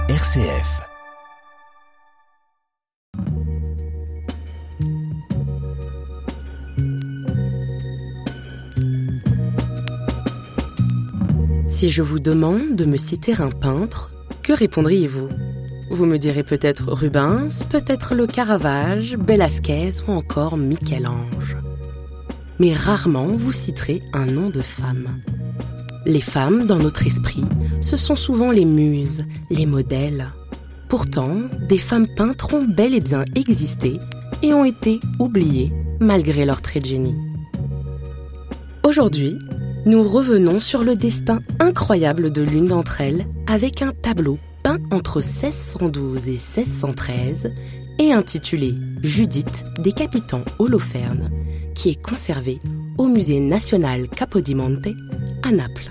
RCF. Si je vous demande de me citer un peintre, que répondriez-vous ? Vous me direz peut-être Rubens, peut-être le Caravage, Velázquez ou encore Michel-Ange. Mais rarement vous citerez un nom de femme. Les femmes, dans notre esprit, ce sont souvent les muses, les modèles. Pourtant, des femmes peintres ont bel et bien existé et ont été oubliées malgré leur trait de génie. Aujourd'hui, nous revenons sur le destin incroyable de l'une d'entre elles avec un tableau peint entre 1612 et 1613 et intitulé « Judith décapitant Holoferne » qui est conservé au Musée national Capodimonte à Naples.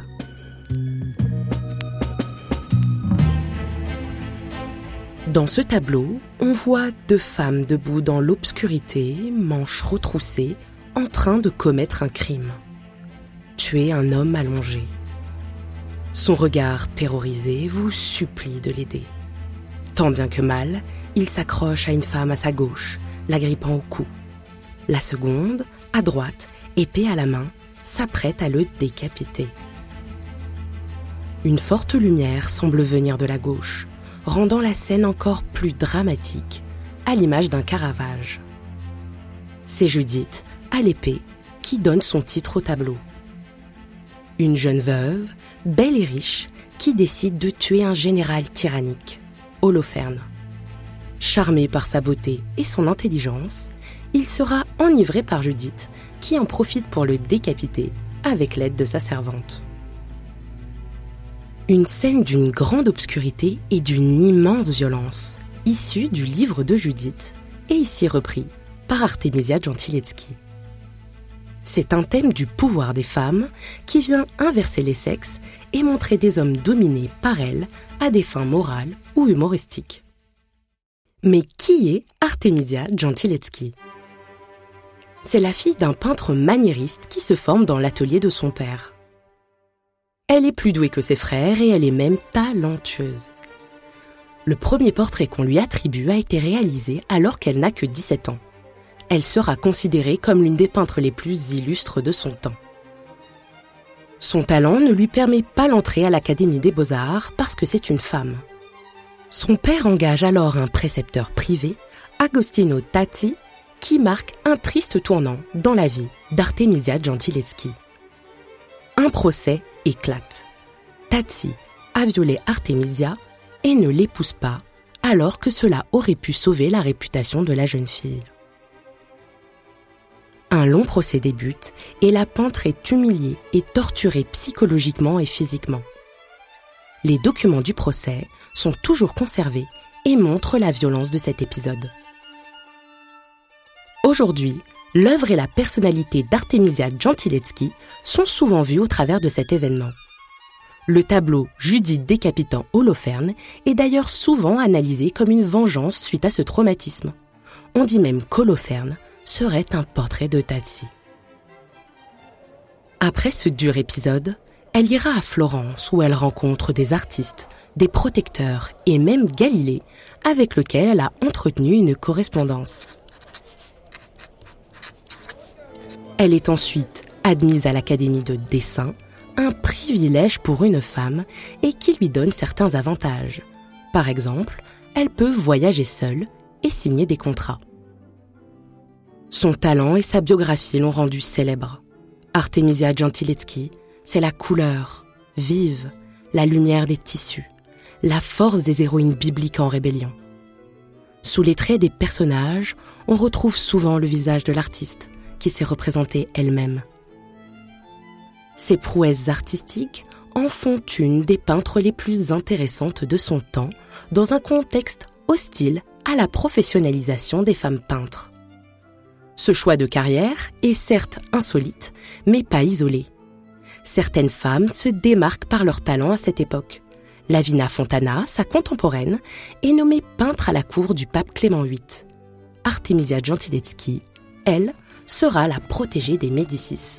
Dans ce tableau, on voit deux femmes debout dans l'obscurité, manches retroussées, en train de commettre un crime. Tuer un homme allongé. Son regard terrorisé vous supplie de l'aider. Tant bien que mal, il s'accroche à une femme à sa gauche, la grippant au cou. La seconde, à droite, épée à la main, s'apprête à le décapiter. Une forte lumière semble venir de la gauche, rendant la scène encore plus dramatique, à l'image d'un Caravage. C'est Judith, à l'épée, qui donne son titre au tableau. Une jeune veuve, belle et riche, qui décide de tuer un général tyrannique, Holoferne. Charmé par sa beauté et son intelligence, il sera enivré par Judith, qui en profite pour le décapiter avec l'aide de sa servante. Une scène d'une grande obscurité et d'une immense violence, issue du livre de Judith, et ici repris par Artemisia Gentileschi. C'est un thème du pouvoir des femmes qui vient inverser les sexes et montrer des hommes dominés par elles à des fins morales ou humoristiques. Mais qui est Artemisia Gentileschi ? C'est la fille d'un peintre maniériste qui se forme dans l'atelier de son père. Elle est plus douée que ses frères et elle est même talentueuse. Le premier portrait qu'on lui attribue a été réalisé alors qu'elle n'a que 17 ans. Elle sera considérée comme l'une des peintres les plus illustres de son temps. Son talent ne lui permet pas l'entrée à l'Académie des Beaux-Arts parce que c'est une femme. Son père engage alors un précepteur privé, Agostino Tazzi, qui marque un triste tournant dans la vie d'Artemisia Gentileschi. Un procès éclate. Tazzi a violé Artemisia et ne l'épouse pas, alors que cela aurait pu sauver la réputation de la jeune fille. Un long procès débute et la peintre est humiliée et torturée psychologiquement et physiquement. Les documents du procès sont toujours conservés et montrent la violence de cet épisode. Aujourd'hui, l'œuvre et la personnalité d'Artemisia Gentileschi sont souvent vues au travers de cet événement. Le tableau Judith décapitant Holoferne est d'ailleurs souvent analysé comme une vengeance suite à ce traumatisme. On dit même qu'Holoferne serait un portrait de Tazzi. Après ce dur épisode, elle ira à Florence où elle rencontre des artistes, des protecteurs et même Galilée avec lequel elle a entretenu une correspondance. Elle est ensuite admise à l'Académie de dessin, un privilège pour une femme et qui lui donne certains avantages. Par exemple, elle peut voyager seule et signer des contrats. Son talent et sa biographie l'ont rendue célèbre. Artemisia Gentileschi, c'est la couleur, vive, la lumière des tissus, la force des héroïnes bibliques en rébellion. Sous les traits des personnages, on retrouve souvent le visage de l'artiste, qui s'est représentée elle-même. Ses prouesses artistiques en font une des peintres les plus intéressantes de son temps, dans un contexte hostile à la professionnalisation des femmes peintres. Ce choix de carrière est certes insolite, mais pas isolé. Certaines femmes se démarquent par leur talent à cette époque. Lavinia Fontana, sa contemporaine, est nommée peintre à la cour du pape Clément VIII. Artemisia Gentileschi, elle, sera la protégée des Médicis.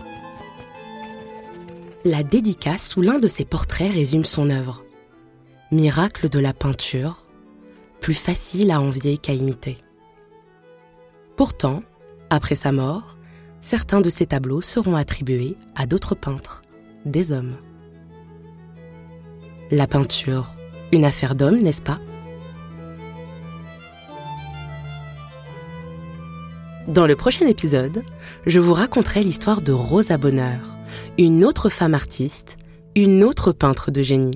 La dédicace sous l'un de ses portraits résume son œuvre. miracle de la peinture, plus facile à envier qu'à imiter. Pourtant, après sa mort, certains de ses tableaux seront attribués à d'autres peintres, des hommes. La peinture, une affaire d'homme, n'est-ce pas ? Dans le prochain épisode, je vous raconterai l'histoire de Rosa Bonheur, une autre femme artiste, une autre peintre de génie.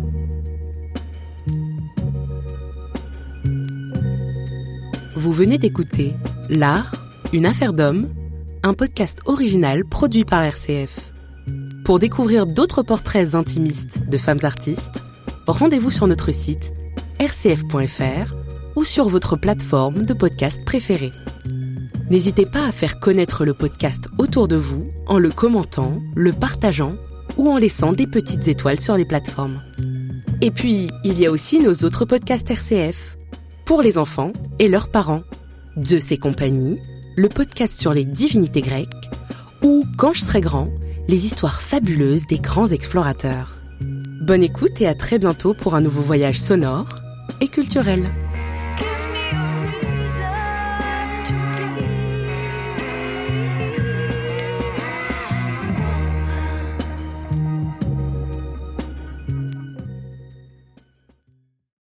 Vous venez d'écouter L'art, une affaire d'homme, un podcast original produit par RCF. Pour découvrir d'autres portraits intimistes de femmes artistes, rendez-vous sur notre site rcf.fr ou sur votre plateforme de podcast préférée. N'hésitez pas à faire connaître le podcast autour de vous en le commentant, le partageant ou en laissant des petites étoiles sur les plateformes. Et puis, il y a aussi nos autres podcasts RCF, pour les enfants et leurs parents. Zeus et compagnie, le podcast sur les divinités grecques, ou Quand je serai grand, les histoires fabuleuses des grands explorateurs. Bonne écoute et à très bientôt pour un nouveau voyage sonore et culturel.